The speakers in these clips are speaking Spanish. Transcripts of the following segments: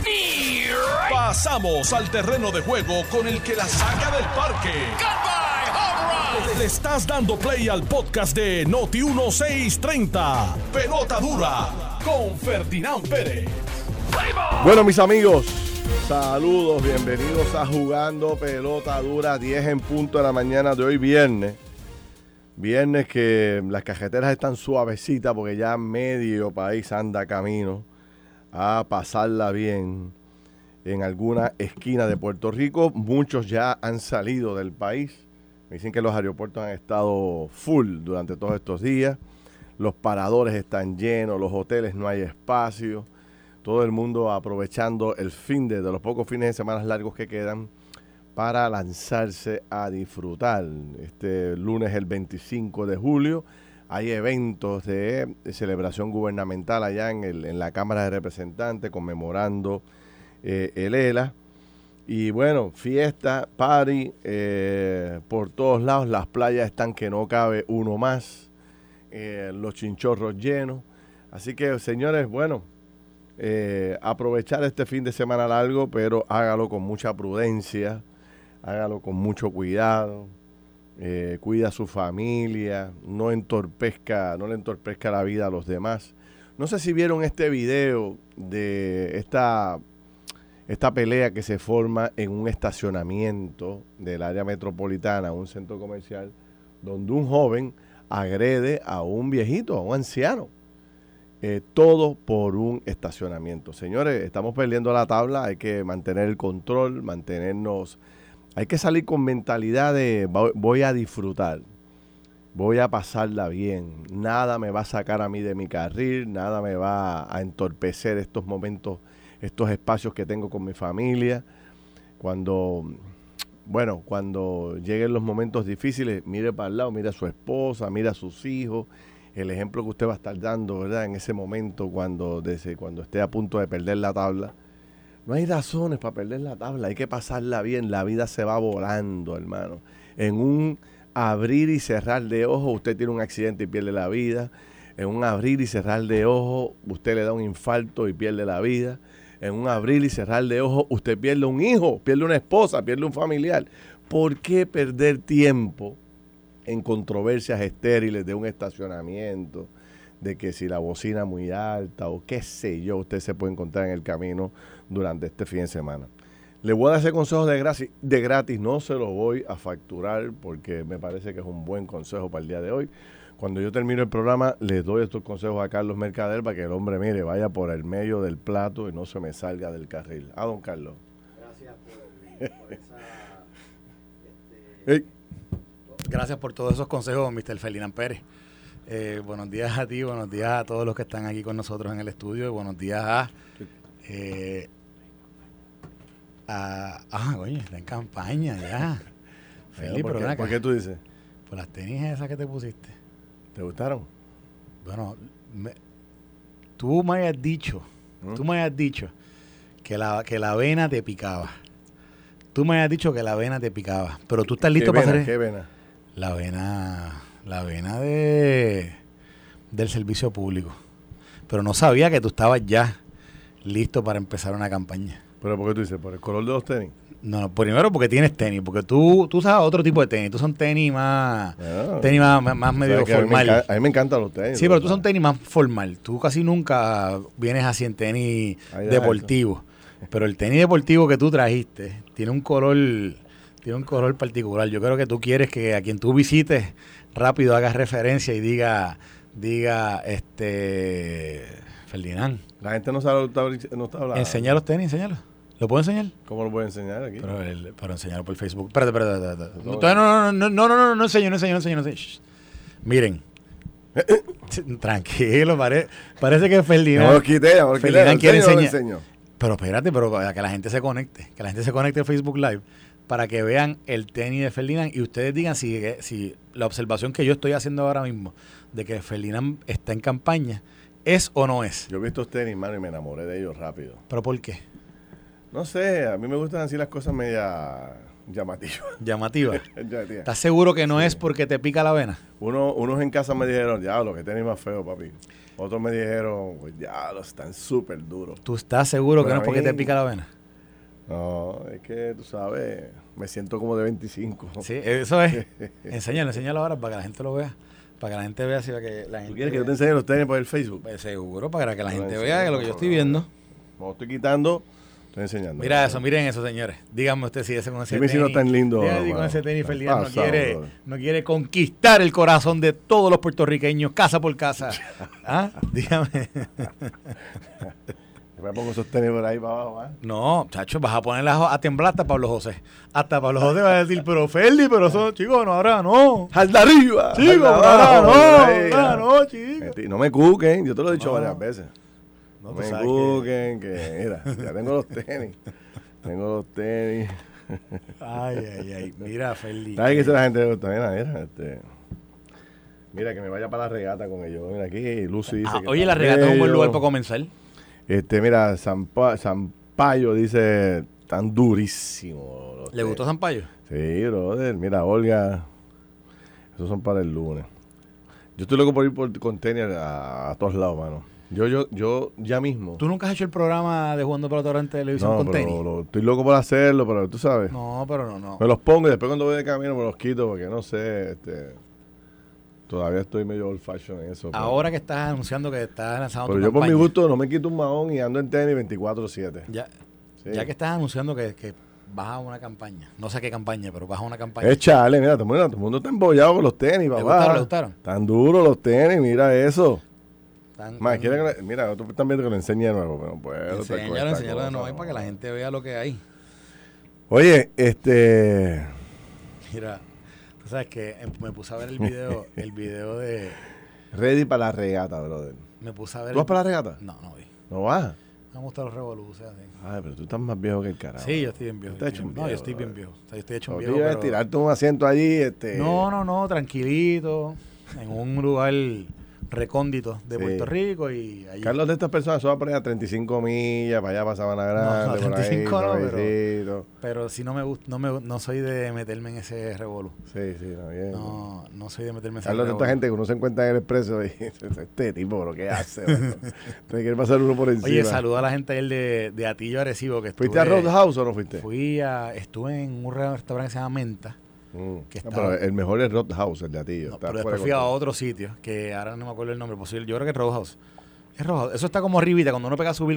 Pasamos al terreno de juego con el que la saca del parque. Le estás dando play al podcast de Noti 1630. Pelota dura con Ferdinand Pérez. Bueno, mis amigos, saludos, bienvenidos a Jugando Pelota Dura, 10 en punto de la mañana de hoy viernes. Viernes que las carreteras están suavecitas porque ya medio país anda camino a pasarla bien en alguna esquina de Puerto Rico. Muchos ya han salido del país. Me dicen que los aeropuertos han estado full durante todos estos días. Los paradores están llenos, los hoteles no hay espacio. Todo el mundo aprovechando el fin de los pocos fines de semana largos que quedan para lanzarse a disfrutar. Este lunes, el 25 de julio, hay eventos de celebración gubernamental allá en la Cámara de Representantes conmemorando el ELA. Y bueno, fiesta, party, por todos lados. Las playas están que no cabe uno más. Los chinchorros llenos. Así que, señores, bueno, aprovechar este fin de semana largo, pero hágalo con mucha prudencia, hágalo con mucho cuidado, cuida a su familia, no le entorpezca la vida a los demás. No sé si vieron este video de esta pelea que se forma en un estacionamiento del área metropolitana, un centro comercial, donde un joven agrede a un viejito, a un anciano. Todo por un estacionamiento. Señores, estamos perdiendo la tabla, hay que mantener el control, hay que salir con mentalidad de voy a disfrutar, voy a pasarla bien, nada me va a sacar a mí de mi carril, nada me va a entorpecer estos momentos, estos espacios que tengo con mi familia. Cuando lleguen los momentos difíciles, mire para el lado, mire a su esposa, mire a sus hijos, el ejemplo que usted va a estar dando, ¿verdad? En ese momento cuando esté a punto de perder la tabla. No hay razones para perder la tabla, hay que pasarla bien, la vida se va volando, hermano. En un abrir y cerrar de ojos, usted tiene un accidente y pierde la vida. En un abrir y cerrar de ojos, usted le da un infarto y pierde la vida. En un abrir y cerrar de ojos, usted pierde un hijo, pierde una esposa, pierde un familiar. ¿Por qué perder tiempo en controversias estériles de un estacionamiento, de que si la bocina muy alta o qué sé yo, usted se puede encontrar en el camino durante este fin de semana? Le voy a dar ese consejo de gratis, no se lo voy a facturar porque me parece que es un buen consejo para el día de hoy. Cuando yo termino el programa, les doy estos consejos a Carlos Mercader para que el hombre, mire, vaya por el medio del plato y no se me salga del carril. Don Carlos. Gracias por esa... Gracias por todos esos consejos, Mr. Ferdinand Pérez. Buenos días a ti, buenos días a todos los que están aquí con nosotros en el estudio y buenos días oye, está en campaña ya. Felipe, ¿Por qué tú dices? Por las tenis esas que te pusiste. ¿Te gustaron? Bueno, tú me habías dicho que la vena te picaba. Tú me habías dicho que la vena te picaba, pero tú estás listo para hacer... ¿Qué vena? La vena del servicio público. Pero no sabía que tú estabas ya listo para empezar una campaña. ¿Pero por qué tú dices? ¿Por el color de los tenis? No, primero porque tienes tenis, porque tú usas otro tipo de tenis. Tú son tenis más medio formal. A mí me encantan los tenis. Sí, pero tú son tenis más formal. Tú casi nunca vienes así en tenis deportivo. Pero el tenis deportivo que tú trajiste tiene un color particular. Yo creo que tú quieres que a quien tú visites rápido hagas referencia y diga Ferdinand. La gente no sabe lo que no está hablando. Enseña los tenis, enséñalo. ¿Lo puedo enseñar? ¿Cómo lo puedo enseñar aquí? Pero enseñarlo por Facebook. Espérate. No enseño. Shh. Miren. Tranquilo, parece que Ferdinand. No lo quité, Ferdinand quiere enseñar. Pero espérate, para que la gente se conecte. Que la gente se conecte a Facebook Live para que vean el tenis de Ferdinand y ustedes digan si la observación que yo estoy haciendo ahora mismo de que Ferdinand está en campaña es o no es. Yo vi estos tenis, mano, y me enamoré de ellos rápido. ¿Pero por qué? No sé, a mí me gustan así las cosas media Llamativa. ¿Estás seguro que no es porque te pica la vena? Unos en casa me dijeron, diablo, que tenis más feo, papi. Otros me dijeron, pues diablo, están súper duros. ¿Tú estás seguro que no es porque te pica la vena? No, es que, tú sabes, me siento como de 25. Sí, eso es. Enséñalo ahora para que la gente lo vea. Para que la gente vea, ¿Tú quieres que yo te enseñe los tenis por el Facebook? Pues seguro, para que la gente vea lo que yo estoy viendo. No estoy quitando, estoy enseñando. Mira eso, miren eso, señores. Díganme usted si ese con ese tenis. Dime si no tan lindo. Díganme con ese tenis feliz no quiere conquistar el corazón de todos los puertorriqueños, casa por casa. ¿Ah? Dígame. Me pongo esos tenis por ahí para abajo, ¿eh? No, chacho, vas a ponerlas a temblar hasta Pablo José. Hasta Pablo José va a decir, pero Ferdi, pero eso, chicos, no, ahora no. ¡Al de arriba! Chicos, ahora no, chicos. No me cuquen, yo te lo he dicho varias veces. No me cuquen, que mira, ya tengo los tenis. Ay, mira, Ferdi. ¿Sabes qué dice la gente? Mira, que me vaya para la regata con ellos. Mira, aquí Lucy dice que oye, la regata es un buen lugar para comenzar. Mira, Sampaio dice, tan durísimo. ¿Le gustó Sampaio? Sí, brother. Mira, Olga, esos son para el lunes. Yo estoy loco por ir con tenis a todos lados, mano. Yo ya mismo. ¿Tú nunca has hecho el programa de Jugando Pelota en televisión con tenis? No, estoy loco por hacerlo, pero tú sabes. No, pero no. Me los pongo y después cuando voy de camino me los quito porque no sé, todavía estoy medio old fashion en eso. Ahora que estás anunciando que estás lanzando tu campaña. Pero yo por mi gusto no me quito un mahón y ando en tenis 24/7. Ya que estás anunciando que vas a una campaña. No sé qué campaña, pero vas a una campaña. Échale, mira, todo el mundo está embollado con los tenis, papá. ¿Le gustaron? Tan duros los tenis, mira eso. Mira, otro también que lo enseñe de nuevo, pero no puedo. Enséñalo de nuevo para que la gente vea lo que hay. Oye, Mira, tú sabes que me puse a ver el video de... Ready para la regata, brother. Me puse a ver... ¿Tú vas para la regata? No vi. ¿No vas? Me gustan los revoluciones. Ay, pero tú estás más viejo que el carajo. Sí, yo estoy bien viejo. Yo estoy bien viejo. O sea, yo estoy hecho un viejo. Pero... tirarte un asiento allí, No, tranquilito. En un lugar recóndito de Puerto Rico y allí. Carlos, de estas personas, eso va por allá a 35 millas, para allá para Sabana Grande, no, 35 por ahí, no, pero si no me gusta, no soy de meterme en ese revolú. Sí, no, bien. No soy de meterme en ese Carlos, de esta gente que uno se encuentra en el expreso y este tipo, ¿lo que hace? Te quiere pasar uno por encima. Oye, saluda a la gente de Atillo Arecibo. ¿Fuiste a Roadhouse o no fuiste? Estuve en un restaurante que se llama Menta. Pero el mejor es Roadhouse, el de Atillo. Pero después fui a otro sitio, que ahora no me acuerdo el nombre posible. Yo creo que es Roadhouse. Es Roadhouse. Eso está como arribita, cuando uno pega a subir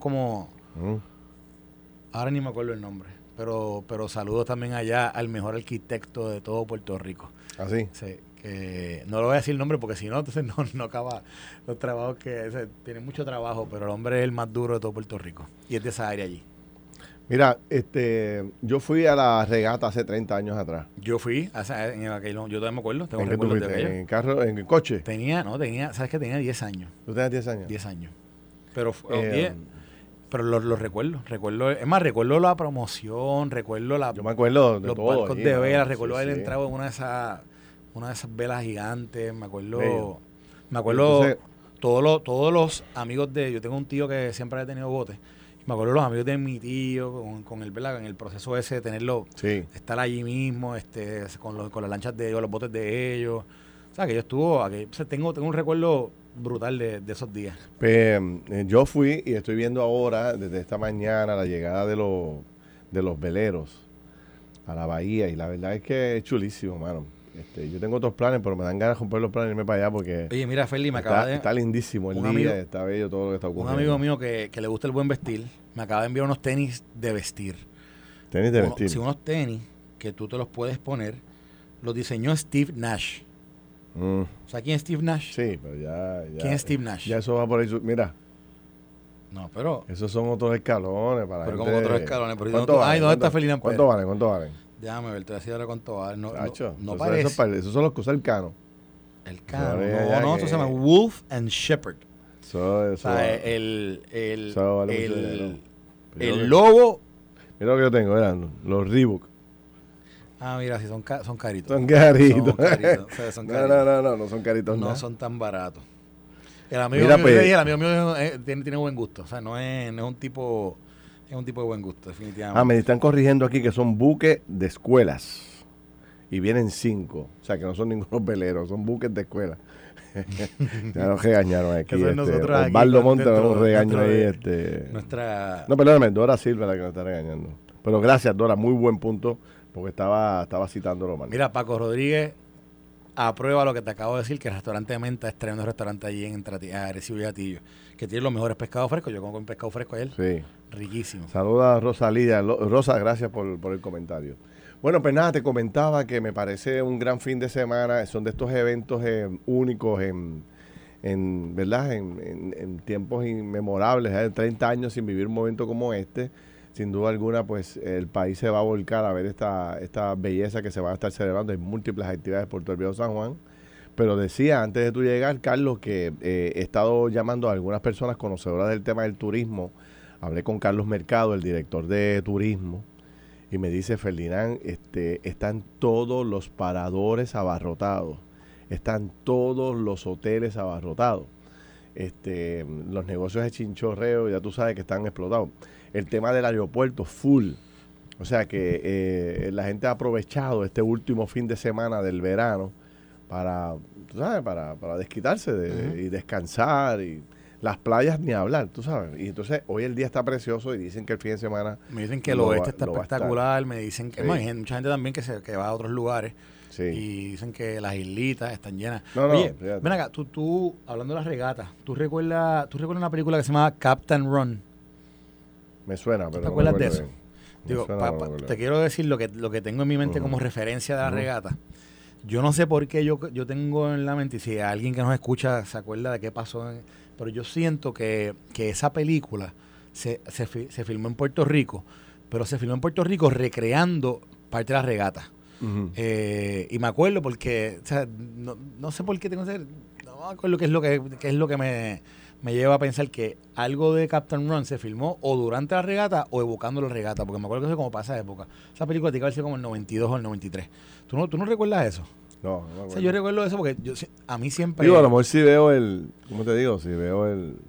Ahora ni me acuerdo el nombre. Pero saludos también allá al mejor arquitecto de todo Puerto Rico. ¿Ah, sí? Sí, que no lo voy a decir el nombre porque si no, entonces no acaba los trabajos tiene mucho trabajo, pero el hombre es el más duro de todo Puerto Rico. Y es de esa área allí. Mira, yo fui a la regata hace 30 años atrás. Yo fui, yo todavía me acuerdo. ¿En qué tú fuiste? ¿En carro, en coche? ¿Sabes que tenía 10 años? ¿Tú tenías 10 años? 10 años. Pero lo recuerdo. Es más, recuerdo la promoción, yo me acuerdo de los todo barcos de vela, recuerdo haber entrado en una de esas velas gigantes, me acuerdo entonces, todos los amigos yo tengo un tío que siempre ha tenido botes. Me acuerdo los amigos de mi tío con el, ¿verdad? En el proceso ese de tenerlo, estar allí mismo, con las lanchas de ellos, los botes de ellos. O sea, que yo tengo un recuerdo brutal de esos días. Pues, yo fui y estoy viendo ahora, desde esta mañana, la llegada de los veleros a la bahía, y la verdad es que es chulísimo, mano. Yo tengo otros planes, pero me dan ganas de comprar los planes y irme para allá porque... Oye, mira, Feli, está lindísimo el día, está bello todo lo que está ocurriendo. Un amigo mío que le gusta el buen vestir, me acaba de enviar unos tenis de vestir. ¿Tenis de vestir? Sí, unos tenis que tú te los puedes poner. Los diseñó Steve Nash. ¿Sabes quién es Steve Nash? Sí, pero ya... ¿Quién es Steve Nash? Ya eso va por ahí. Mira. No, pero... Esos son otros escalones para pero como otros escalones. Pero ¿Cuánto valen? ¿dónde está Felina Pérez? ¿Cuánto valen? Déjame ver, te voy a decir ahora cuánto valen. No parece. Esos son los que usa el Cano. El Cano. No, esto se llama Wolf and Shepherd. O sea, el logo... Mira lo que yo tengo, eran los Reebok. Mira, sí, son caritos. Son caritos. Son caritos. No son caritos. No son tan baratos. El amigo mío tiene buen gusto. O sea, no es un tipo Es un tipo de buen gusto, definitivamente. Me están corrigiendo aquí que son buques de escuelas. Y vienen 5. O sea, que no son ningunos veleros, son buques de escuela. Ya nos regañaron aquí. Osvaldo Monte nos regañó ahí. No, perdóname, Dora Silva la que nos está regañando. Pero gracias, Dora, muy buen punto, porque estaba citándolo mal. Mira, Paco Rodríguez aprueba lo que te acabo de decir, que el restaurante de Menta es tremendo restaurante allí en Arecibo y Gatillo, que tiene los mejores pescados frescos. Yo como un pescado fresco ayer. Sí. Riquísimo. Saluda a Rosalía. Rosa, gracias por el comentario. Bueno, pues nada, te comentaba que me parece un gran fin de semana. Son de estos eventos únicos ¿verdad? En tiempos inmemorables. 30 años sin vivir un momento como este. Sin duda alguna, pues el país se va a volcar a ver esta belleza que se va a estar celebrando. Hay múltiples actividades por todo el Viejo San Juan. Pero decía antes de tú llegar, Carlos, que he estado llamando a algunas personas conocedoras del tema del turismo. Hablé con Carlos Mercado, el director de turismo. Y me dice, Ferdinand, están todos los paradores abarrotados, están todos los hoteles abarrotados, los negocios de chinchorreo, ya tú sabes que están explotados. El tema del aeropuerto, full. O sea que la gente ha aprovechado este último fin de semana del verano para desquitarse y descansar y... Las playas ni hablar, tú sabes. Y entonces hoy el día está precioso y dicen que el fin de semana... Me dicen que el oeste está espectacular, me dicen que... Sí. Hay mucha gente también que va a otros lugares y dicen que las islitas están llenas. Oye, ven acá, tú hablando de las regatas, ¿tú recuerdas una película que se llama Captain Ron? Me suena, pero ¿te acuerdas de eso? Digo, te quiero decir lo que tengo en mi mente como referencia de la regata. Yo no sé por qué yo tengo en la mente, y si alguien que nos escucha se acuerda de qué pasó, pero yo siento que esa película se filmó en Puerto Rico, pero se filmó en Puerto Rico recreando parte de la regata. Y me acuerdo porque, o sea, no sé por qué no me acuerdo qué es lo que me lleva a pensar que algo de Captain Ron se filmó o durante la regata o evocando la regata, porque me acuerdo que eso es como para esa época. Esa película tiene que haber sido como el 92 o el 93. ¿Tú no recuerdas eso? No me acuerdo. O sea, yo recuerdo eso porque a mí siempre... Digo, a lo mejor si veo ¿cómo te digo? Si veo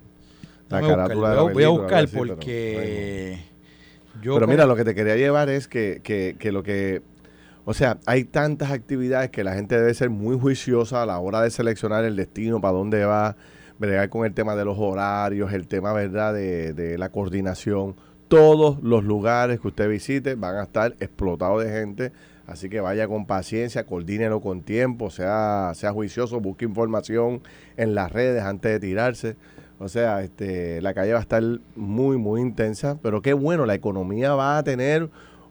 la carátula de la película. Voy a buscar porque... Pero mira, lo que te quería llevar es que lo que... O sea, hay tantas actividades que la gente debe ser muy juiciosa a la hora de seleccionar el destino, para dónde va, bregar con el tema de los horarios, el tema, ¿verdad?, de la coordinación. Todos los lugares que usted visite van a estar explotados de gente, así que vaya con paciencia, coordínelo con tiempo, sea juicioso, busque información en las redes antes de tirarse. O sea, la calle va a estar muy, muy intensa, pero qué bueno, la economía va a tener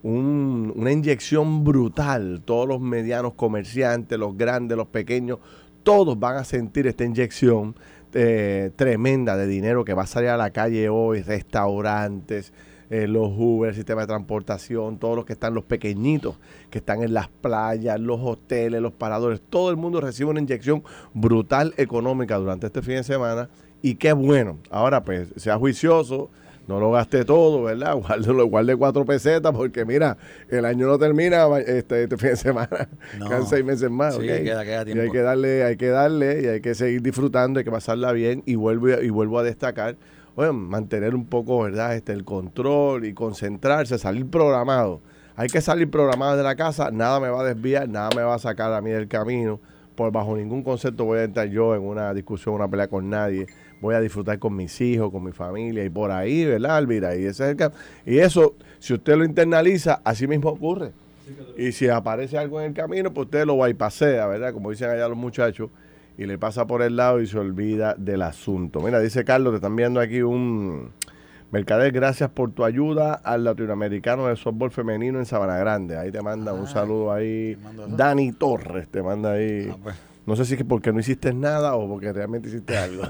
una inyección brutal. Todos los medianos comerciantes, los grandes, los pequeños, todos van a sentir esta inyección tremenda de dinero que va a salir a la calle hoy. Restaurantes, los Uber, el sistema de transportación, todos los que están, los pequeñitos que están en las playas, los hoteles, los paradores, todo el mundo recibe una inyección brutal económica durante este fin de semana. Y qué bueno. Ahora pues, sea juicioso, no lo gaste todo, ¿verdad? Guarde 4 pesetas, porque mira, el año no termina este fin de semana. Quedan 6 meses más. Sí, ¿okay? queda tiempo. Y hay que darle y hay que seguir disfrutando, hay que pasarla bien. Y vuelvo a destacar, oye, mantener un poco, ¿verdad?, el control y concentrarse, salir programado. Hay que salir programado de la casa, nada me va a desviar, nada me va a sacar a mí del camino. Bajo ningún concepto voy a entrar yo en una discusión, una pelea con nadie. Voy a disfrutar con mis hijos, con mi familia y por ahí, ¿verdad, Elvira? Y eso, si usted lo internaliza, así mismo ocurre. Y si aparece algo en el camino, pues usted lo bypassea, ¿verdad? Como dicen allá los muchachos, y le pasa por el lado y se olvida del asunto. Mira, dice Carlos, te están viendo aquí un... Mercader, gracias por tu ayuda al latinoamericano de softball femenino en Sabana Grande. Ahí te manda un saludo ahí. Dani Torres te manda ahí. Pues. No sé si es porque no hiciste nada o porque realmente hiciste algo.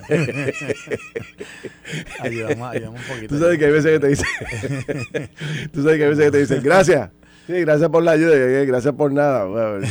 ayudamos un poquito. Tú sabes que hay veces que te dicen, gracias. Sí, gracias por la ayuda. Gracias por nada. Bueno,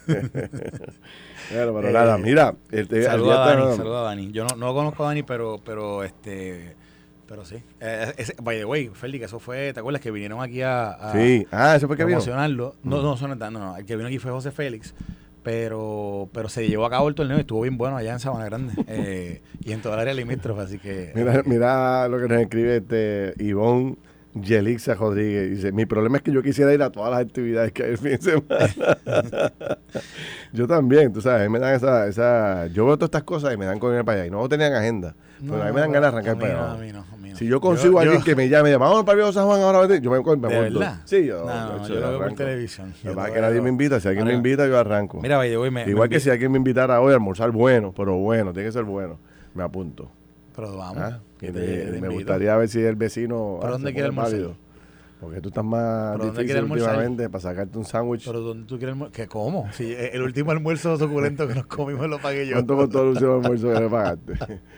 pero nada, mira. Saluda a Dani. Yo no conozco a Dani, pero sí. By the way, Feli, que eso fue, ¿te acuerdas que vinieron aquí a sí. Eso fue que promocionarlo? No, el que vino aquí fue José Félix, pero se llevó a cabo el torneo y estuvo bien bueno allá en Sabana Grande y en toda el área limítrofe, así que... Mira lo que nos escribe Ivonne Yelixa Rodríguez dice, mi problema es que yo quisiera ir a todas las actividades que hay el fin de semana. Yo también, tú sabes, a mí me dan esa yo veo todas estas cosas y me dan con ir para allá. Y no tenían agenda, pero a mí me dan ganas de arrancar para allá. A mí no. Si yo consigo a alguien que me llame, vamos para el Viejo San Juan ahora, yo me monto. ¿De verdad? Sí, yo lo veo por televisión. Lo que pasa es que nadie me invita, si alguien me invita, yo arranco. Mira, vaya, igual que si alguien me invitara hoy a almorzar bueno, pero bueno, tiene que ser bueno, me apunto. Pero vamos. Me gustaría ver si el vecino... ¿Pero dónde quiere almorzar? Porque tú estás más difícil últimamente para sacarte un sándwich. ¿Pero dónde tú quieres almorzar? ¿Qué cómo? Si el último almuerzo suculento que nos comimos lo pagué yo. ¿Cuánto costó el último almuerzo que le pagaste?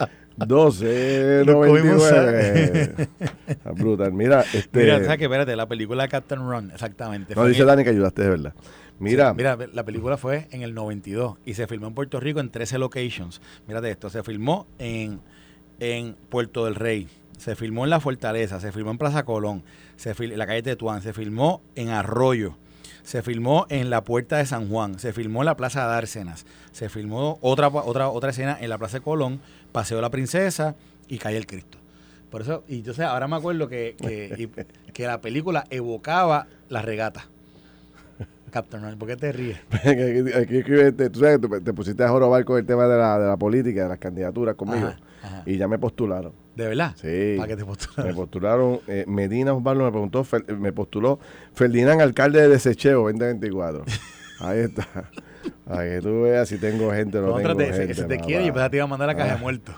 12.99. Brutal. Mira, ¿sabes qué? Espérate, la película Captain Ron, exactamente. No, dice Dani que ayudaste, de verdad. Mira, la película fue en el 92 y se filmó en Puerto Rico en 13 locations. Mírate esto, se filmó en Puerto del Rey, se filmó en La Fortaleza, se filmó en Plaza Colón, en la calle Tetuán, se filmó en Arroyo, se filmó en la Puerta de San Juan, se filmó en la Plaza Dársenas, se filmó otra escena en la Plaza de Colón, Paseo de la Princesa y Calle el Cristo. Por eso, y yo sé, ahora me acuerdo que la película evocaba la regata. Captain Ron, ¿por qué te ríes? Aquí escribiste, tú sabes, te pusiste a jorobar con el tema de la política, de las candidaturas conmigo. Ajá. Y ya me postularon. ¿De verdad? Sí. ¿Para qué te postularon? Me postularon, Medina Osvaldo me postuló Ferdinand, alcalde de Desecheo 2024. Ahí está. Para que tú veas si tengo gente o no tengo gente. Si te quiere, yo pensaba te iba a mandar a la caja de muertos.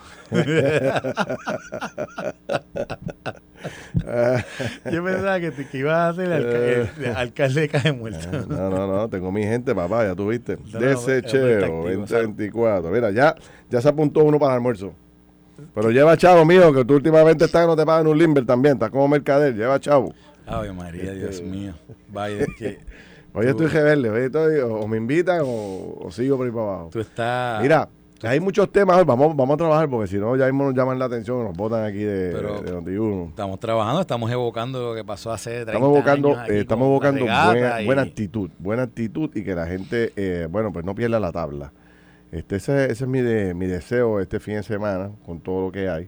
Yo pensaba que ibas a ser el alcalde de caja de muertos. No, tengo mi gente, papá, ya tuviste. Desecheo 2024. Mira, ya se apuntó uno para el almuerzo. Pero lleva chavo, mío, que tú últimamente estás que no te pagan un limber también, estás como mercader, lleva chavo. Ay, María, Dios mío. Vaya, Hoy estoy rebelde, o me invitan o sigo por ahí para abajo. Tú estás... Mira, hay muchos temas hoy, vamos a trabajar porque si no ya mismo nos llaman la atención, nos botan aquí de Noti1. Estamos trabajando, estamos evocando lo que pasó hace 30 estamos evocando buena actitud y que la gente, pues no pierda la tabla. Ese es mi deseo este fin de semana con todo lo que hay.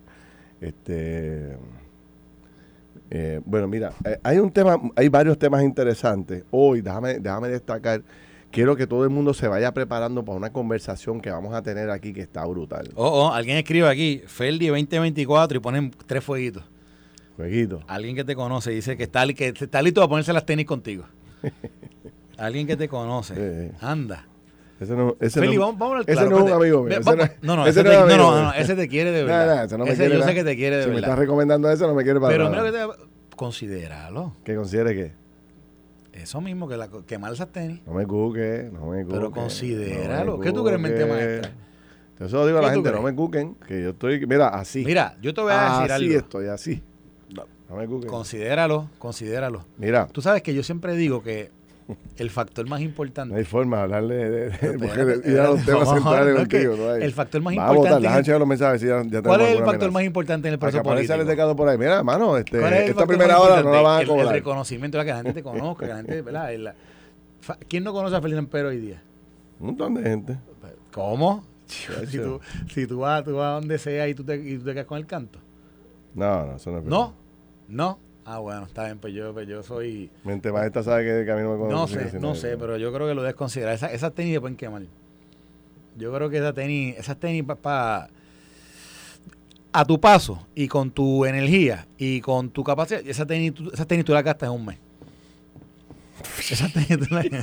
Bueno, mira, hay varios temas interesantes. Hoy, déjame destacar, quiero que todo el mundo se vaya preparando para una conversación que vamos a tener aquí que está brutal. Alguien escribe aquí, Ferdi 2024 y ponen 3 fueguitos. Fueguitos. Alguien que te conoce dice que está listo para ponerse las tenis contigo. Alguien que te conoce. Anda. Feli, vamos al claro. Ese no es un amigo mío. Ese te quiere de verdad. Yo sé que te quiere de verdad. Si me estás recomendando eso, no me quiere para Pero nada. mira que considéralo. ¿Que considere qué? Eso mismo, quemar esas tenis. No me cuques. Pero considéralo. ¿Qué tú crees, mente maestra? Eso lo digo a la gente, no me cuquen, que yo estoy, mira, así. Mira, yo te voy a decir algo. Así estoy, así. No me cuquen. Considéralo. Mira. Tú sabes que yo siempre digo que el factor más importante. No hay forma de hablarle porque ir a los temas centrales contigo. No hay. El factor más importante. Déjame checar los mensajes. ¿Cuál es el factor más importante en el proceso político? Por ahí. Mira, hermano, esta primera hora no la van a cobrar. El reconocimiento, que la gente te conozca, que la gente, ¿verdad? ¿Quién no conoce a Ferdinand Pérez hoy día? Un montón de gente. ¿Cómo? Si tú vas a donde sea y tú te quedas con el canto. No, eso no es verdad. ¿No? Ah, bueno, está bien, pues yo soy... Mente maestra sabe que a mí no me conoce. No sé, pero yo creo que lo debes considerar. Esas tenis se pueden quemar. Yo creo que esas tenis para a tu paso y con tu energía y con tu capacidad, esas tenis tú las gastas en un mes. Esas tenis tú las...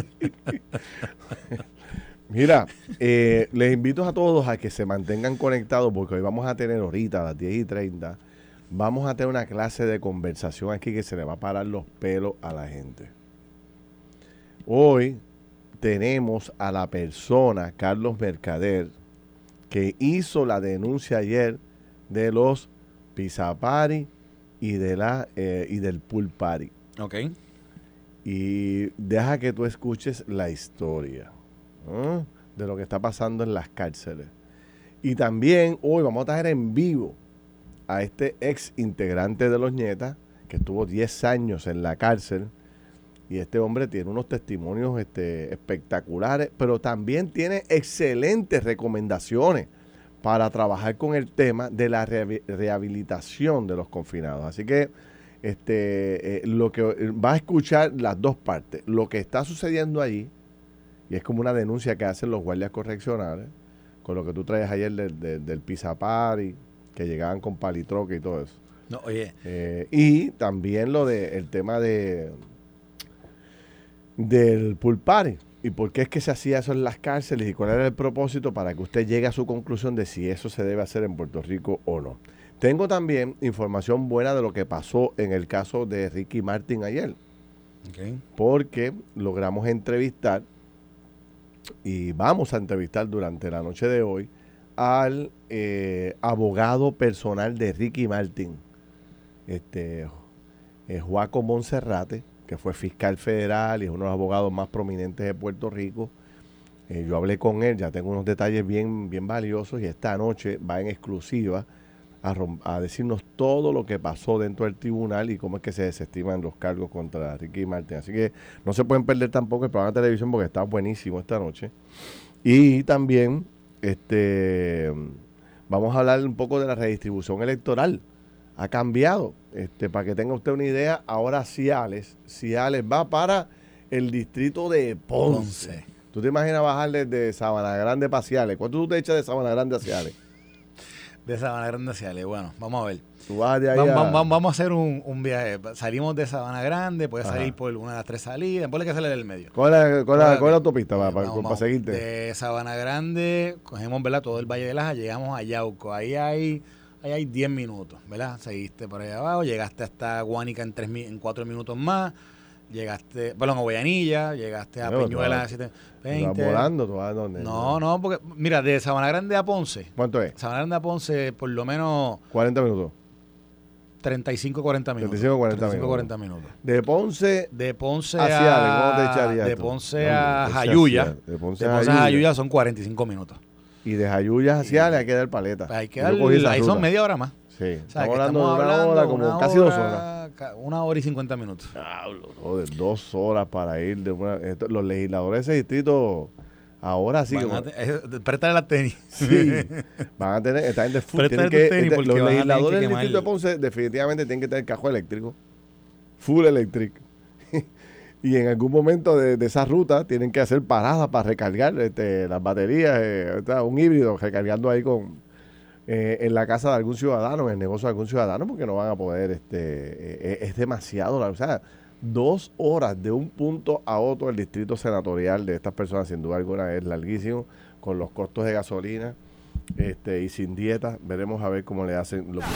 Mira, les invito a todos a que se mantengan conectados porque hoy vamos a tener ahorita a las 10:30 vamos a tener una clase de conversación aquí que se le va a parar los pelos a la gente. Hoy tenemos a la persona, Carlos Mercader, que hizo la denuncia ayer de los Pizza Party y del Pool Party. Ok. Y deja que tú escuches la historia de lo que está pasando en las cárceles. Y también hoy vamos a traer en vivo a este ex integrante de los Nietas, que estuvo 10 años en la cárcel, y este hombre tiene unos testimonios espectaculares, pero también tiene excelentes recomendaciones para trabajar con el tema de la rehabilitación de los confinados. Así que lo que va a escuchar las dos partes. Lo que está sucediendo allí, y es como una denuncia que hacen los guardias correccionales, con lo que tú traes ayer del Pizza Party, que llegaban con palitroque y todo eso. No, oye. Y también el tema del pool party. ¿Y por qué es que se hacía eso en las cárceles? ¿Y cuál era el propósito para que usted llegue a su conclusión de si eso se debe hacer en Puerto Rico o no? Tengo también información buena de lo que pasó en el caso de Ricky Martin ayer. Okay. Porque logramos entrevistar, y vamos a entrevistar durante la noche de hoy, al abogado personal de Ricky Martin, Joaco Monserrate, que fue fiscal federal y es uno de los abogados más prominentes de Puerto Rico. Yo hablé con él, ya tengo unos detalles bien valiosos, y esta noche va en exclusiva a decirnos todo lo que pasó dentro del tribunal y cómo es que se desestiman los cargos contra Ricky Martin. Así que no se pueden perder tampoco el programa de televisión porque está buenísimo esta noche. Y también vamos a hablar un poco de la redistribución electoral. Ha cambiado. Para que tenga usted una idea, ahora Ciales va para el distrito de Ponce. ¿Tú te imaginas bajar desde Sabana Grande para Ciales? ¿Cuánto tú te echas de Sabana Grande a Ciales? De Sabana Grande a Ciales, bueno, vamos a ver. Tú vas de ahí vamos a hacer un viaje. Salimos de Sabana Grande, puedes salir por una de las 3 salidas, después hay que salir del medio. ¿Cuál es la autopista para seguirte? De Sabana Grande, cogemos, ¿verdad?, todo el Valle de Laja, llegamos a Yauco. Ahí hay 10 minutos, ¿verdad? Seguiste por allá abajo, llegaste hasta Guánica en 4 minutos más. Llegaste, a Guayanilla, llegaste a Peñuela, 7:20. ¿Vas volando? ¿Tú vas a dónde? No, porque, mira, de Sabana Grande a Ponce. ¿Cuánto es? Sabana Grande a Ponce, por lo menos 40 minutos. 35-40 minutos. 35-40 minutos. De Ponce a Ciales, ¿cómo te echarías? De Ponce a Jayuya. De Ponce a Jayuya son 45 minutos. Y de Jayuya a Ciales hay que dar paleta. Hay que dar, ahí son media hora más. Sí, o sea, estamos hablando de una hora, como casi 2 horas. 1 hora y 50 minutos. Joder, 2 horas para ir los legisladores de ese distrito ahora sí. Préstale las tenis. Sí, van a tener, esta gente full. Los legisladores del distrito de Ponce definitivamente tienen que tener cajón eléctrico, full electric. Y en algún momento de esa ruta tienen que hacer paradas para recargar las baterías, un híbrido recargando ahí en la casa de algún ciudadano, en el negocio de algún ciudadano, porque no van a poder, es demasiado, o sea, 2 horas de un punto a otro del distrito senatorial de estas personas, sin duda alguna, es larguísimo, con los costos de gasolina, y sin dieta. Veremos a ver cómo le hacen los...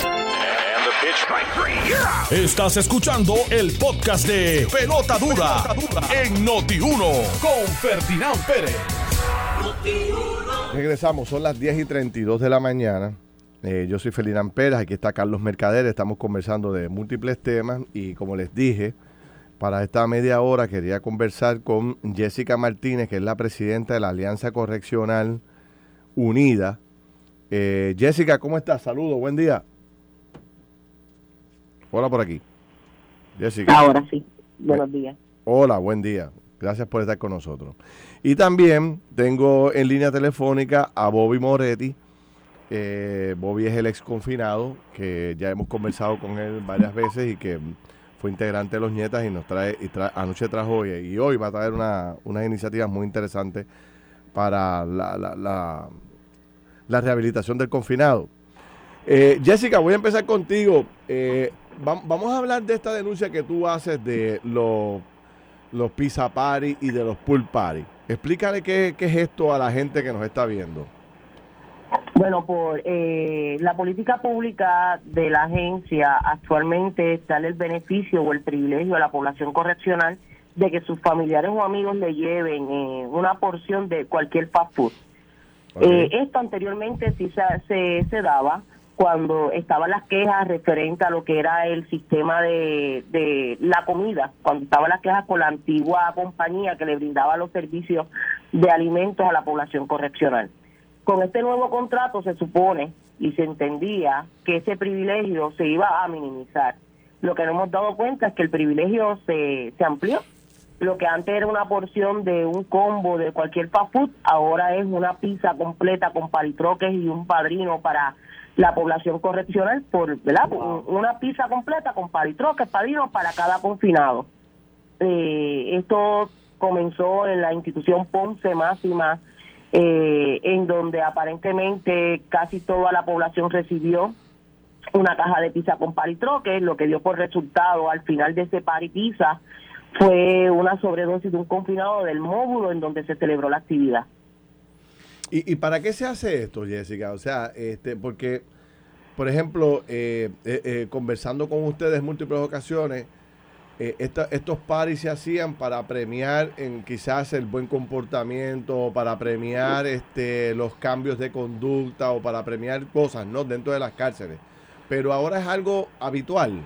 Estás escuchando el podcast de Pelota Dura en Noti1 con Ferdinand Pérez. Regresamos, son las 10:32 de la mañana. Yo soy Ferdinand Pérez, aquí está Carlos Mercader, estamos conversando de múltiples temas y como les dije, para esta media hora quería conversar con Jessica Martínez, que es la presidenta de la Alianza Correccional Unida. Jessica, ¿cómo estás? Saludos, buen día. Hola por aquí. Jessica. Ahora sí, buenos días. Hola, buen día. Gracias por estar con nosotros. Y también tengo en línea telefónica a Bobby Moretti. Bobby es el ex confinado, que ya hemos conversado con él varias veces y que fue integrante de Los Nietas y nos anoche trajo y hoy va a traer unas iniciativas muy interesantes para la rehabilitación del confinado. Jessica, voy a empezar contigo. Vamos a hablar de esta denuncia que tú haces de los pizza party y de los pool party. Explícale qué es esto a la gente que nos está viendo. Bueno, por la política pública de la agencia actualmente es darle el beneficio o el privilegio a la población correccional de que sus familiares o amigos le lleven una porción de cualquier fast food. Okay. Esto anteriormente sí se daba cuando estaban las quejas referentes a lo que era el sistema de la comida, cuando estaban las quejas con la antigua compañía que le brindaba los servicios de alimentos a la población correccional. Con este nuevo contrato se supone y se entendía que ese privilegio se iba a minimizar. Lo que nos hemos dado cuenta es que el privilegio se amplió. Lo que antes era una porción de un combo de cualquier fast food, ahora es una pizza completa con palitroques y un padrino para la población correccional por, ¿verdad? Una pizza completa con palitroques, padinos para cada confinado. Esto comenzó en la institución Ponce Máxima, en donde aparentemente casi toda la población recibió una caja de pizza con palitroques, lo que dio por resultado al final de ese party pizza fue una sobredosis de un confinado del módulo en donde se celebró la actividad. ¿Y para qué se hace esto, Jessica? O sea, porque, por ejemplo, conversando con ustedes en múltiples ocasiones, estos parties se hacían para premiar quizás el buen comportamiento, o para premiar los cambios de conducta, o para premiar cosas, ¿no?, dentro de las cárceles. Pero ahora es algo habitual.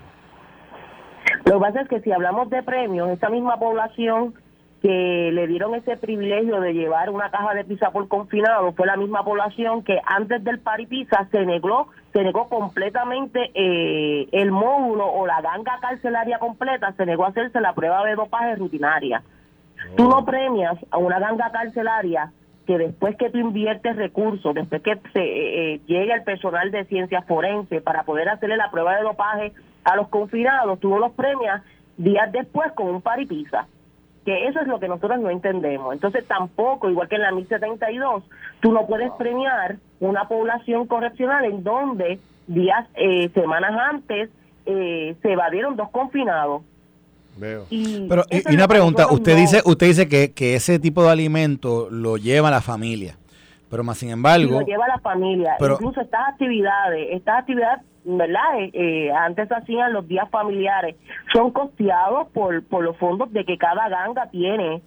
Lo que pasa es que si hablamos de premios, esta misma población que le dieron ese privilegio de llevar una caja de pizza por confinado fue la misma población que antes del party pizza se negó completamente el módulo o la ganga carcelaria completa, se negó a hacerse la prueba de dopaje rutinaria. Tú no premias a una ganga carcelaria que después que tú inviertes recursos, después que llegue el personal de ciencias forenses para poder hacerle la prueba de dopaje a los confinados, tú no los premias días después con un party pizza. Que eso es lo que nosotros no entendemos. Entonces tampoco, igual que en la 1072, tú no puedes premiar una población correccional en donde semanas antes se evadieron 2 confinados. Veo. Y una pregunta, usted dice que ese tipo de alimento lo lleva la familia, pero más sin embargo... Lo lleva la familia, incluso estas actividades, ¿verdad? Antes hacían los días familiares, son costeados por los fondos de que cada ganga tiene.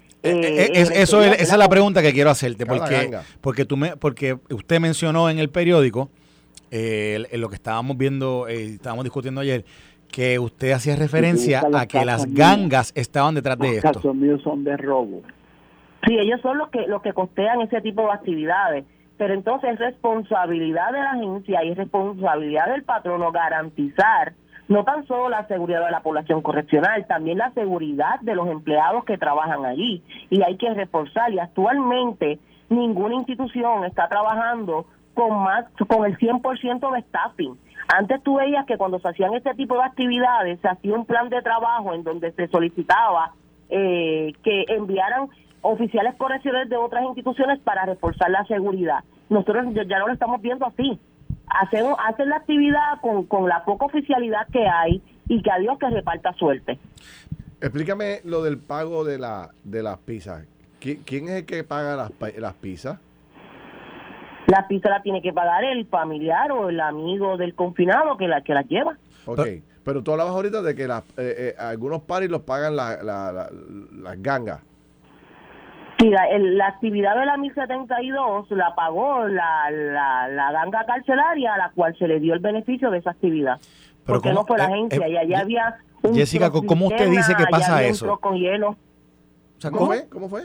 Esa es la pregunta que quiero hacerte, porque usted mencionó en el periódico, en lo que estábamos viendo, estábamos discutiendo ayer, que usted hacía referencia a que las gangas estaban detrás de esto. Los casos míos son de robo. Sí, ellos son los que costean ese tipo de actividades. Pero entonces es responsabilidad de la agencia y es responsabilidad del patrono garantizar no tan solo la seguridad de la población correccional, también la seguridad de los empleados que trabajan allí. Y hay que reforzar, y actualmente ninguna institución está trabajando con el 100% de staffing. Antes tú veías que cuando se hacían este tipo de actividades, se hacía un plan de trabajo en donde se solicitaba que enviaran oficiales correccionales de otras instituciones para reforzar la seguridad. Nosotros ya no lo estamos viendo así. Hacen la actividad con la poca oficialidad que hay y que a Dios que reparta suerte. Explícame lo del pago de las pizzas. ¿Quién es el que paga las pizzas? La pizza la tiene que pagar el familiar o el amigo del confinado que las lleva. Ok, pero tú hablabas ahorita de que algunos paris los pagan las gangas. Sí, la actividad de la 1072 la pagó la ganga carcelaria a la cual se le dio el beneficio de esa actividad. Pero porque no fue la agencia y allá había un Jessica, ¿cómo usted dice que pasa eso? Un trozo con hielo. O sea, ¿Cómo fue?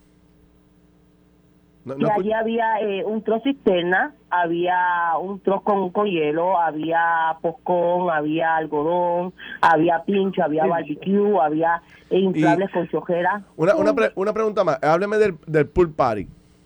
Y allí había un trozo cisterna, había un trozo con hielo, había poscón, había algodón, había pincho, había barbecue, había inflables con chojera. Una pregunta más, hábleme del pool party.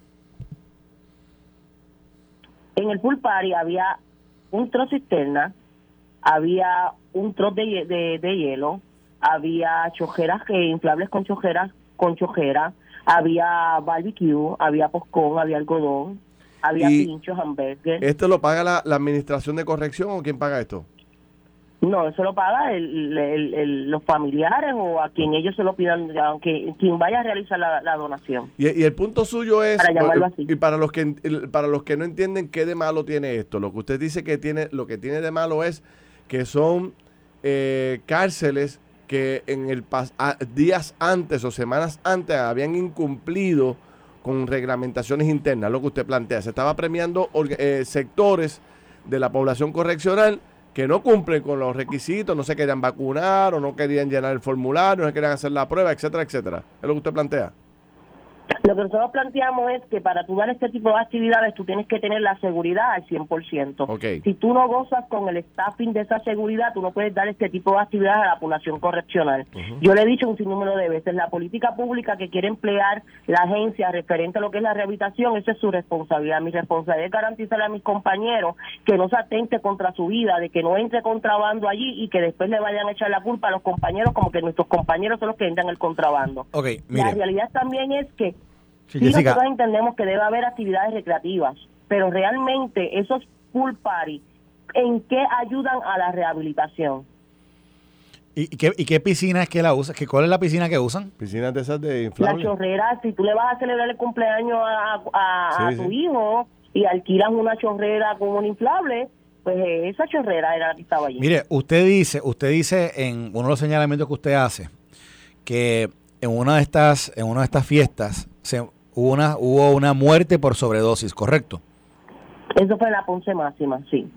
En el pool party había un trozo cisterna, había un trozo de hielo, había chojeras inflables con chojera, había barbecue, había poscón, había algodón, había pinchos, hamburgues. ¿Esto lo paga la administración de corrección o quién paga esto? No, eso lo paga los familiares o a quien ellos se lo pidan, aunque quien vaya a realizar la donación. Y el punto suyo es, para llamarlo así. Y para los que no entienden qué de malo tiene esto, lo que usted dice lo que tiene de malo es que son cárceles que días antes o semanas antes habían incumplido con reglamentaciones internas, lo que usted plantea. Se estaba premiando sectores de la población correccional que no cumplen con los requisitos, no se querían vacunar o no querían llenar el formulario, no querían hacer la prueba, etcétera, etcétera. ¿Es lo que usted plantea? Lo que nosotros planteamos es que para tú dar este tipo de actividades tú tienes que tener la seguridad al 100%. Okay. Si tú no gozas con el staffing de esa seguridad, tú no puedes dar este tipo de actividades a la población correccional. Yo le he dicho un sinnúmero de veces, la política pública que quiere emplear la agencia referente a lo que es la rehabilitación, esa es su responsabilidad. Mi responsabilidad es garantizarle a mis compañeros que no se atente contra su vida, de que no entre contrabando allí y que después le vayan a echar la culpa a los compañeros como que nuestros compañeros son los que entran el contrabando. Okay, mire. La realidad también es que Sí, sí, Jessica. nosotros entendemos que debe haber actividades recreativas, pero realmente esos pool party, ¿en qué ayudan a la rehabilitación? ¿Y qué piscina es que la usa? ¿Cuál es la piscina que usan? Piscinas de esas de La inflables. chorrera, si tú le vas a celebrar el cumpleaños a Sí, tu sí. hijo y alquilas una chorrera con un inflable, pues esa chorrera era la que estaba allí. Mire, usted dice en uno de los señalamientos que usted hace que en una de estas fiestas hubo una muerte por sobredosis, ¿correcto? Eso fue la Ponce Máxima, sí.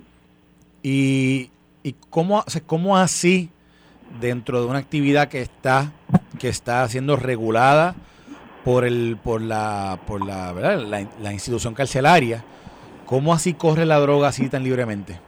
¿Y cómo así, dentro de una actividad que está siendo regulada por la ¿verdad? la institución carcelaria, cómo así corre la droga así tan libremente?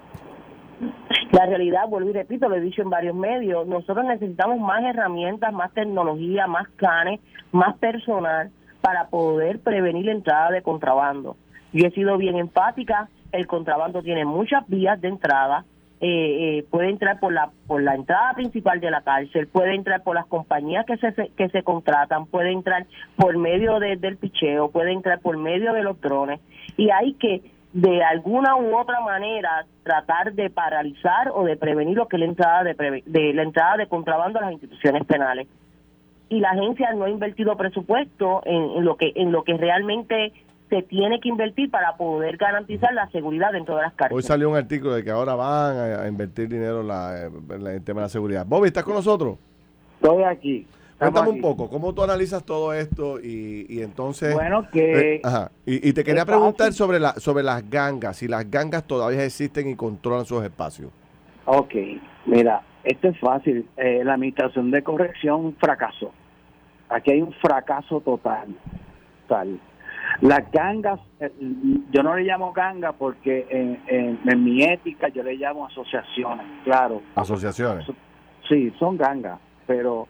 La realidad, vuelvo y repito, lo he dicho en varios medios, nosotros necesitamos más herramientas, más tecnología, más canes, más personal para poder prevenir la entrada de contrabando. Yo he sido bien enfática, el contrabando tiene muchas vías de entrada, puede entrar por la entrada principal de la cárcel, puede entrar por las compañías que se contratan, puede entrar por medio del picheo, puede entrar por medio de los drones, y hay que de alguna u otra manera tratar de paralizar o de prevenir lo que es la entrada de contrabando a las instituciones penales. Y la agencia no ha invertido presupuesto en lo que realmente se tiene que invertir para poder garantizar la seguridad dentro de las cárceles. Hoy salió un artículo de que ahora van a invertir dinero en el tema de la seguridad. Bobby, ¿estás con nosotros? Estoy aquí. Cuéntame un poco, ¿cómo tú analizas todo esto? Y entonces... Bueno, que... ajá. Y te quería preguntar sobre las gangas, si las gangas todavía existen y controlan sus espacios. Ok, mira, esto es fácil. La administración de corrección fracasó. Aquí hay un fracaso total. Las gangas, yo no le llamo ganga porque en mi ética yo le llamo asociaciones, claro. Asociaciones. Sí, son gangas, pero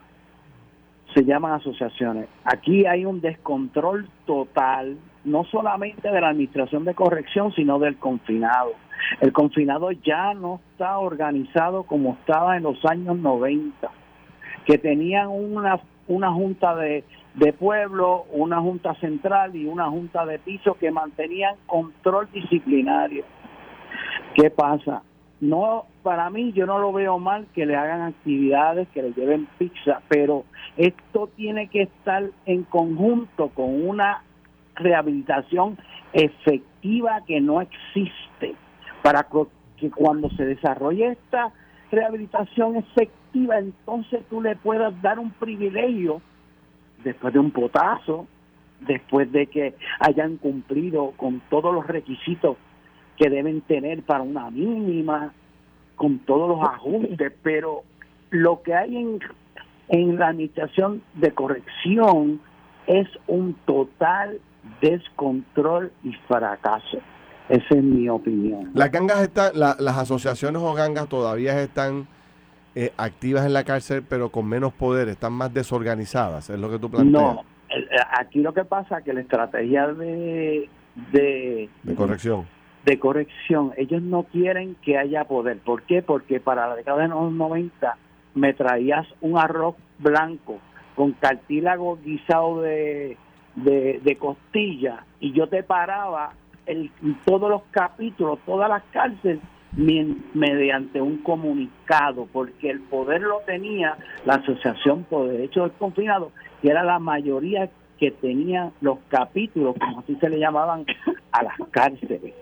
se llaman asociaciones. Aquí hay un descontrol total, no solamente de la administración de corrección, sino del confinado. El confinado ya no está organizado como estaba en los años 90, que tenían una junta de pueblo, una junta central y una junta de piso que mantenían control disciplinario. ¿Qué pasa? No, para mí yo no lo veo mal que le hagan actividades, que le lleven pizza, pero esto tiene que estar en conjunto con una rehabilitación efectiva que no existe, para que cuando se desarrolle esta rehabilitación efectiva, entonces tú le puedas dar un privilegio después de un potazo, después de que hayan cumplido con todos los requisitos que deben tener para una mínima, con todos los ajustes, pero lo que hay en la administración de corrección es un total descontrol y fracaso. Esa es mi opinión. Las gangas las asociaciones o gangas todavía están activas en la cárcel, pero con menos poder, están más desorganizadas, es lo que tú planteas. No, aquí lo que pasa es que la estrategia de corrección. De corrección, ellos no quieren que haya poder. ¿Por qué? Porque para la década de los 90 me traías un arroz blanco con cartílago guisado de costilla y yo te paraba todos los capítulos, todas las cárceles mediante un comunicado, porque el poder lo tenía la Asociación por Derechos del Confinado, que era la mayoría que tenía los capítulos, como así se le llamaban, a las cárceles.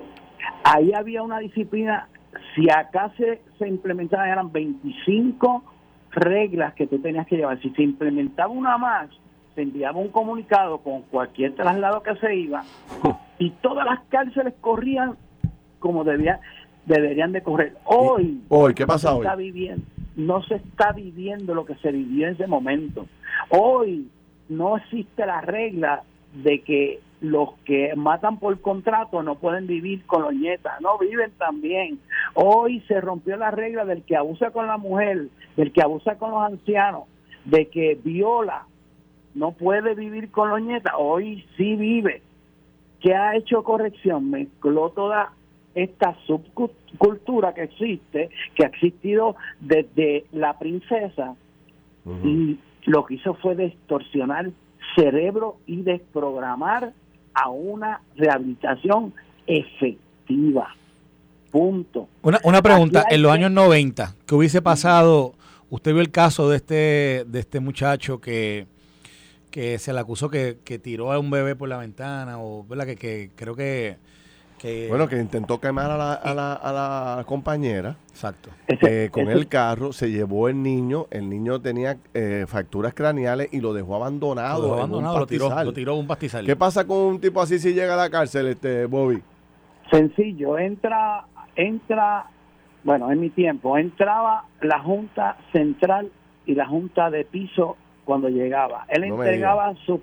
Ahí había una disciplina, si acá se implementaban, eran 25 reglas que tú tenías que llevar. Si se implementaba una más, se enviaba un comunicado con cualquier traslado que se iba y todas las cárceles corrían como deberían de correr. Hoy ¿qué pasa hoy? No se está viviendo lo que se vivió en ese momento. Hoy no existe la regla de que los que matan por contrato no pueden vivir con los nietas, no viven también. Hoy se rompió la regla del que abusa con la mujer, del que abusa con los ancianos, de que viola, no puede vivir con los nietas, hoy sí vive. ¿Qué ha hecho corrección? Mezcló toda esta subcultura que existe, que ha existido desde la princesa, y lo que hizo fue distorsionar cerebro y desprogramar a una rehabilitación efectiva. Punto. Una pregunta, en los años 90, ¿qué hubiese pasado? Usted vio el caso de este muchacho que se le acusó que tiró a un bebé por la ventana, o ¿verdad? Que creo que bueno, que intentó quemar a la compañera. Exacto. Con el carro, se llevó el niño tenía fracturas craneales y lo dejó abandonado. Lo tiró a un pastizal. ¿Qué pasa con un tipo así si llega a la cárcel, Bobby? Sencillo, entra, bueno, en mi tiempo, entraba la Junta Central y la Junta de Piso cuando llegaba. Él entregaba sus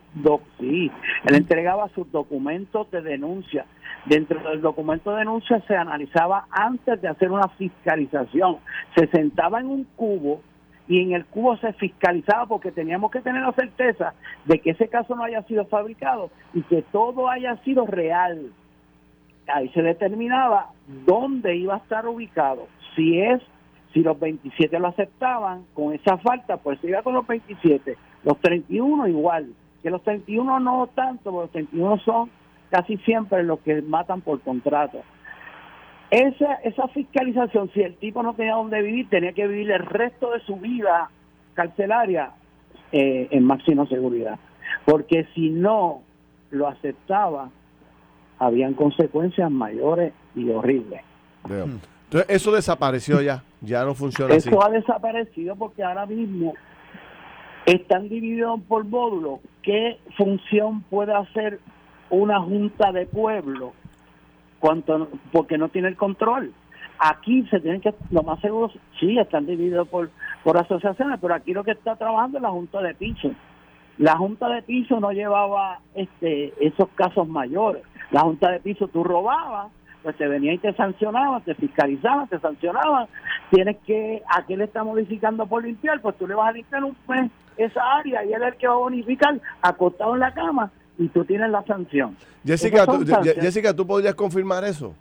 documentos de denuncia. Dentro del documento de denuncia se analizaba antes de hacer una fiscalización. Se sentaba en un cubo y en el cubo se fiscalizaba, porque teníamos que tener la certeza de que ese caso no haya sido fabricado y que todo haya sido real. Ahí se determinaba dónde iba a estar ubicado. Si los 27 lo aceptaban, con esa falta, pues se iba con los 27. Los 31 igual. Que los 31 no tanto, porque los 31 son casi siempre los que matan por contrato. Esa fiscalización, si el tipo no tenía dónde vivir, tenía que vivir el resto de su vida carcelaria en máxima seguridad. Porque si no lo aceptaba, habían consecuencias mayores y horribles. Veo. Entonces, eso desapareció ya no funciona así. Eso ha desaparecido porque ahora mismo están divididos por módulos. ¿Qué función puede hacer una junta de pueblo porque no tiene el control? Aquí se tienen que, lo más seguro, sí, están divididos por asociaciones, pero aquí lo que está trabajando es la junta de piso. La junta de piso no llevaba esos casos mayores. La junta de piso, tú robabas, pues te venía y te sancionaban, te fiscalizaban, te sancionaban. Tienes que, ¿a qué le está modificando por limpiar? Pues tú le vas a limpiar un mes esa área y él es el que va a bonificar acostado en la cama y tú tienes la sanción. Jessica, ¿tú podrías confirmar eso?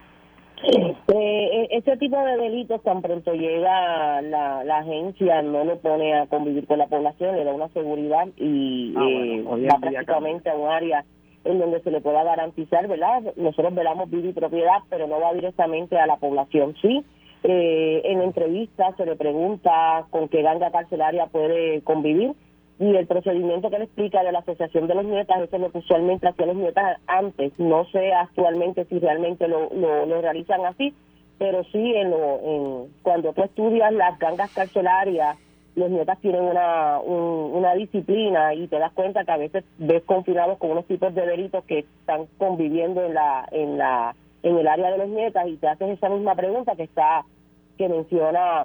Ese tipo de delitos, tan pronto llega la agencia, no lo pone a convivir con la población, le da una seguridad y va prácticamente a un área en donde se le pueda garantizar, ¿verdad? Nosotros velamos vida y propiedad, pero no va directamente a la población. Sí, en entrevistas se le pregunta con qué ganga carcelaria puede convivir, y el procedimiento que le explica de la asociación de los nietas, eso es lo que usualmente hacían los nietas antes. No sé actualmente si realmente lo realizan así, pero sí cuando tú estudias las gangas carcelarias, los nietas tienen una disciplina, y te das cuenta que a veces ves confinados con unos tipos de delitos que están conviviendo en el área de los nietas, y te haces esa misma pregunta que menciona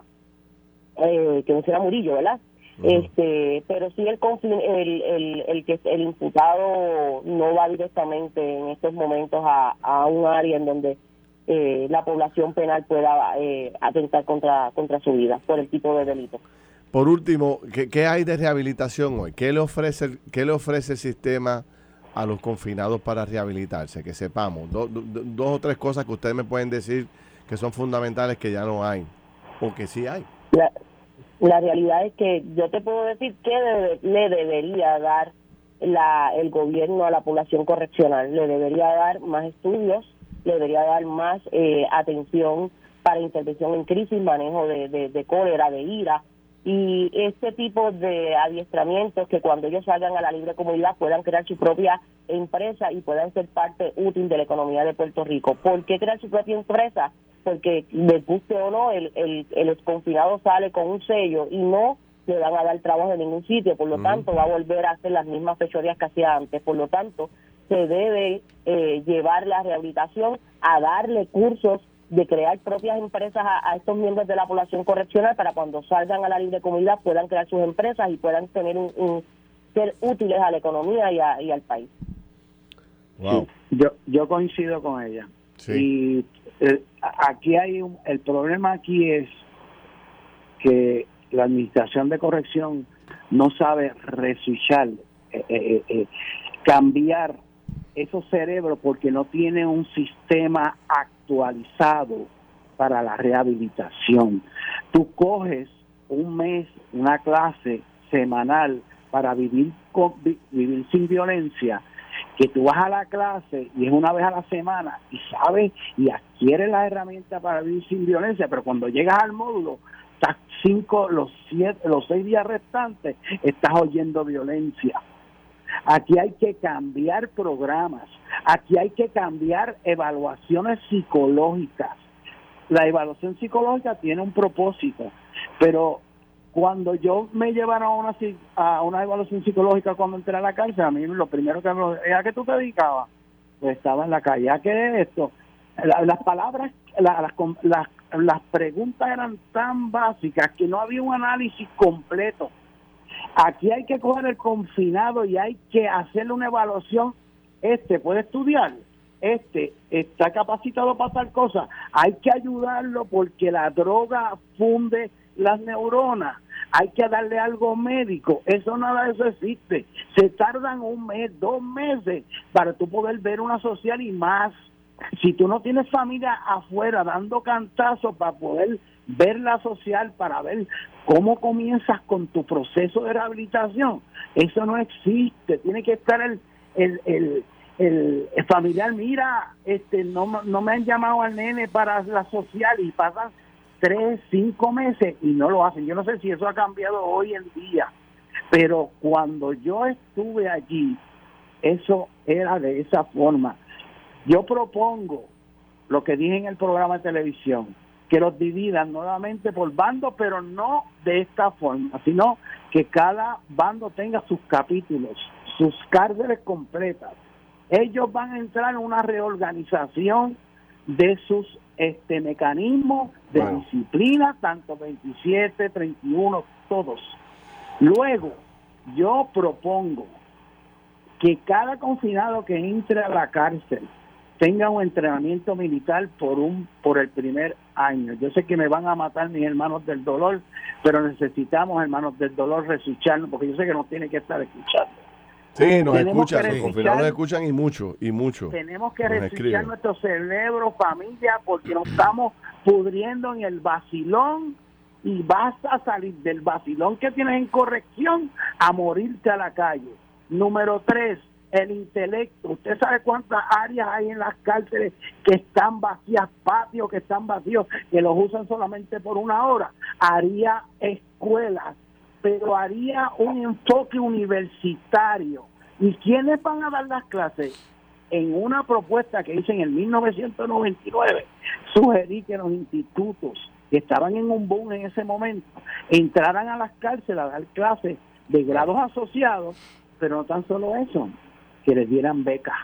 Murillo, ¿verdad? Pero sí el imputado no va directamente en estos momentos a un área en donde la población penal pueda atentar contra su vida por el tipo de delito. Por último, ¿qué hay de rehabilitación hoy? ¿Qué le ofrece el sistema a los confinados para rehabilitarse? Que sepamos, dos o tres cosas que ustedes me pueden decir que son fundamentales que ya no hay, o que sí hay. La realidad es que yo te puedo decir que le debería dar el gobierno a la población correccional. Le debería dar más estudios, le debería dar más atención para intervención en crisis, manejo de cólera, de ira, y este tipo de adiestramientos, que cuando ellos salgan a la libre comunidad puedan crear su propia empresa y puedan ser parte útil de la economía de Puerto Rico. ¿Por qué crear su propia empresa? Porque, les guste o no, el exconfinado sale con un sello y no le van a dar trabajo en ningún sitio, por lo tanto va a volver a hacer las mismas fechorías que hacía antes. Por lo tanto, se debe llevar la rehabilitación a darle cursos de crear propias empresas a estos miembros de la población correccional, para cuando salgan a la libre comunidad puedan crear sus empresas y puedan tener ser útiles a la economía y al país. Wow. Sí, yo coincido con ella. Sí. Y aquí el problema aquí es que la administración de corrección no sabe resuchar, cambiar esos cerebros porque no tiene un sistema actualizado para la rehabilitación. Tú coges un mes, una clase semanal para vivir sin violencia, que tú vas a la clase y es una vez a la semana y sabes y adquieres las herramientas para vivir sin violencia, pero cuando llegas al módulo, estás los 6 días restantes, estás oyendo violencia. Aquí hay que cambiar programas, aquí hay que cambiar evaluaciones psicológicas. La evaluación psicológica tiene un propósito, pero cuando yo me llevaron a una evaluación psicológica cuando entré a la cárcel, a mí lo primero que me dijo, ¿a qué tú te dedicabas? Pues estaba en la calle. ¿A qué es esto? Las palabras, las preguntas eran tan básicas que no había un análisis completo. Aquí hay que coger el confinado y hay que hacerle una evaluación. Puede estudiar, está capacitado para tal cosa. Hay que ayudarlo porque la droga funde las neuronas. Hay que darle algo médico. Nada de eso existe. Se tardan 1 mes, 2 meses para tú poder ver una social y más. Si tú no tienes familia afuera dando cantazos para poder ver la social, para ver cómo comienzas con tu proceso de rehabilitación, eso no existe. Tiene que estar el familiar. Mira, no me han llamado al nene para la social y pasan 3, 5 meses y no lo hacen. Yo no sé si eso ha cambiado hoy en día, pero cuando yo estuve allí, eso era de esa forma. Yo propongo lo que dije en el programa de televisión, que los dividan nuevamente por bandos, pero no de esta forma, sino que cada bando tenga sus capítulos, sus cárceles completas. Ellos van a entrar en una reorganización de sus mecanismos de disciplina, tanto 27, 31, todos. Luego, yo propongo que cada confinado que entre a la cárcel tenga un entrenamiento militar por el primer año. Yo sé que me van a matar mis hermanos del dolor, pero necesitamos, hermanos del dolor, resucharnos, porque yo sé que nos tienen que estar escuchando. Sí, nos escuchan, los confinados nos escuchan y mucho. Tenemos que resucitar nuestro cerebro, familia, porque nos estamos pudriendo en el vacilón y vas a salir del vacilón que tienes en corrección a morirte a la calle. Número 3, el intelecto. Usted sabe cuántas áreas hay en las cárceles que están vacías, patios que están vacíos, que los usan solamente por 1 hora. Haría escuelas, pero haría un enfoque universitario. ¿Y quiénes van a dar las clases? En una propuesta que hice en el 1999, sugerí que los institutos que estaban en un boom en ese momento entraran a las cárceles a dar clases de grados asociados, pero no tan solo eso, que les dieran becas.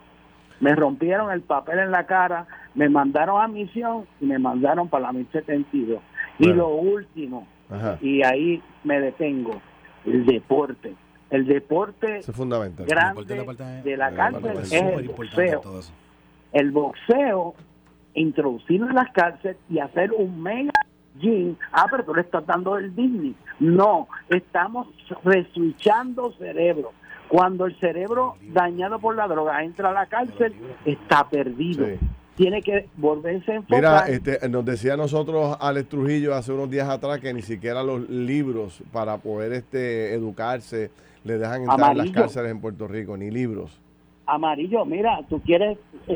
Me rompieron el papel en la cara, me mandaron a misión y me mandaron para la 1072. Y lo último, y ahí me detengo, el deporte. El deporte es fundamental. Grande de la cárcel es el boxeo. El boxeo, introducirlo en las cárceles y hacer un mega gym. Pero tú le estás dando el Disney. No, estamos reswitchando cerebro. Cuando el cerebro dañado por la droga entra a la cárcel, está perdido. Sí. Tiene que volverse a enfocar. Mira, nos decía nosotros Alex Trujillo hace unos días atrás que ni siquiera los libros para poder educarse le dejan entrar en las cárceles en Puerto Rico, ni libros. Amarillo, mira, tú que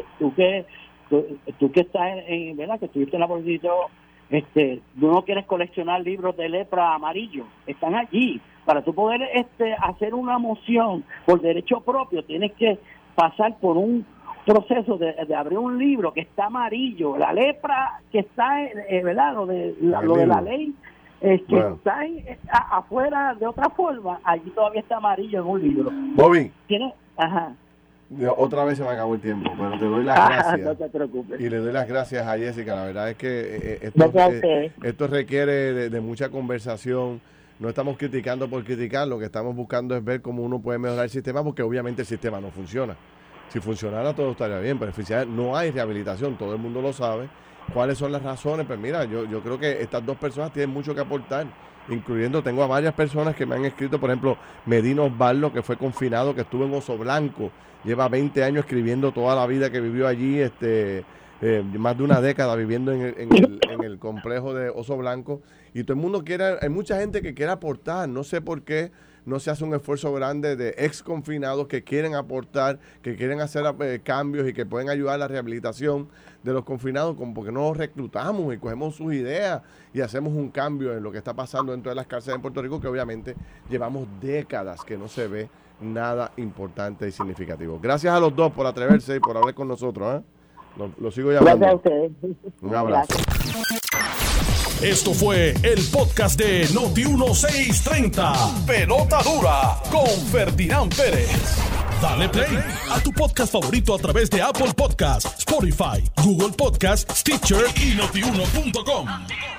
estás en, ¿verdad? Que estuviste en la política, tú no quieres coleccionar libros de lepra amarillo, están allí. Para tú poder hacer una moción por derecho propio, tienes que pasar por un proceso de abrir un libro que está amarillo. La lepra que está, ¿verdad? Lo de la ley, que está afuera de otra forma, allí todavía está amarillo en un libro. Bobby. ¿Tienes? Ajá. Otra vez se me acabó el tiempo, pero te doy las gracias. No te preocupes. Y le doy las gracias a Jessica. La verdad es que esto requiere de mucha conversación. No estamos criticando por criticar, lo que estamos buscando es ver cómo uno puede mejorar el sistema, porque obviamente el sistema no funciona. Si funcionara todo estaría bien, pero no hay rehabilitación, todo el mundo lo sabe. ¿Cuáles son las razones? Pues mira, yo creo que estas dos personas tienen mucho que aportar, incluyendo, tengo a varias personas que me han escrito, por ejemplo, Medina Osvaldo, que fue confinado, que estuvo en Oso Blanco, lleva 20 años escribiendo toda la vida que vivió allí, más de una década viviendo en el complejo de Oso Blanco, y todo el mundo hay mucha gente que quiere aportar, no sé por qué no se hace un esfuerzo grande de ex confinados que quieren aportar, que quieren hacer cambios y que pueden ayudar a la rehabilitación de los confinados, como porque no los reclutamos y cogemos sus ideas y hacemos un cambio en lo que está pasando dentro de las cárceles en Puerto Rico, que obviamente llevamos décadas que no se ve nada importante y significativo. Gracias a los dos por atreverse y por hablar con nosotros. Lo sigo llamando. Gracias a ustedes. Un abrazo. Esto fue el podcast de Noti1630. Pelota dura con Ferdinand Pérez. Dale play a tu podcast favorito a través de Apple Podcasts, Spotify, Google Podcasts, Stitcher y Notiuno.com.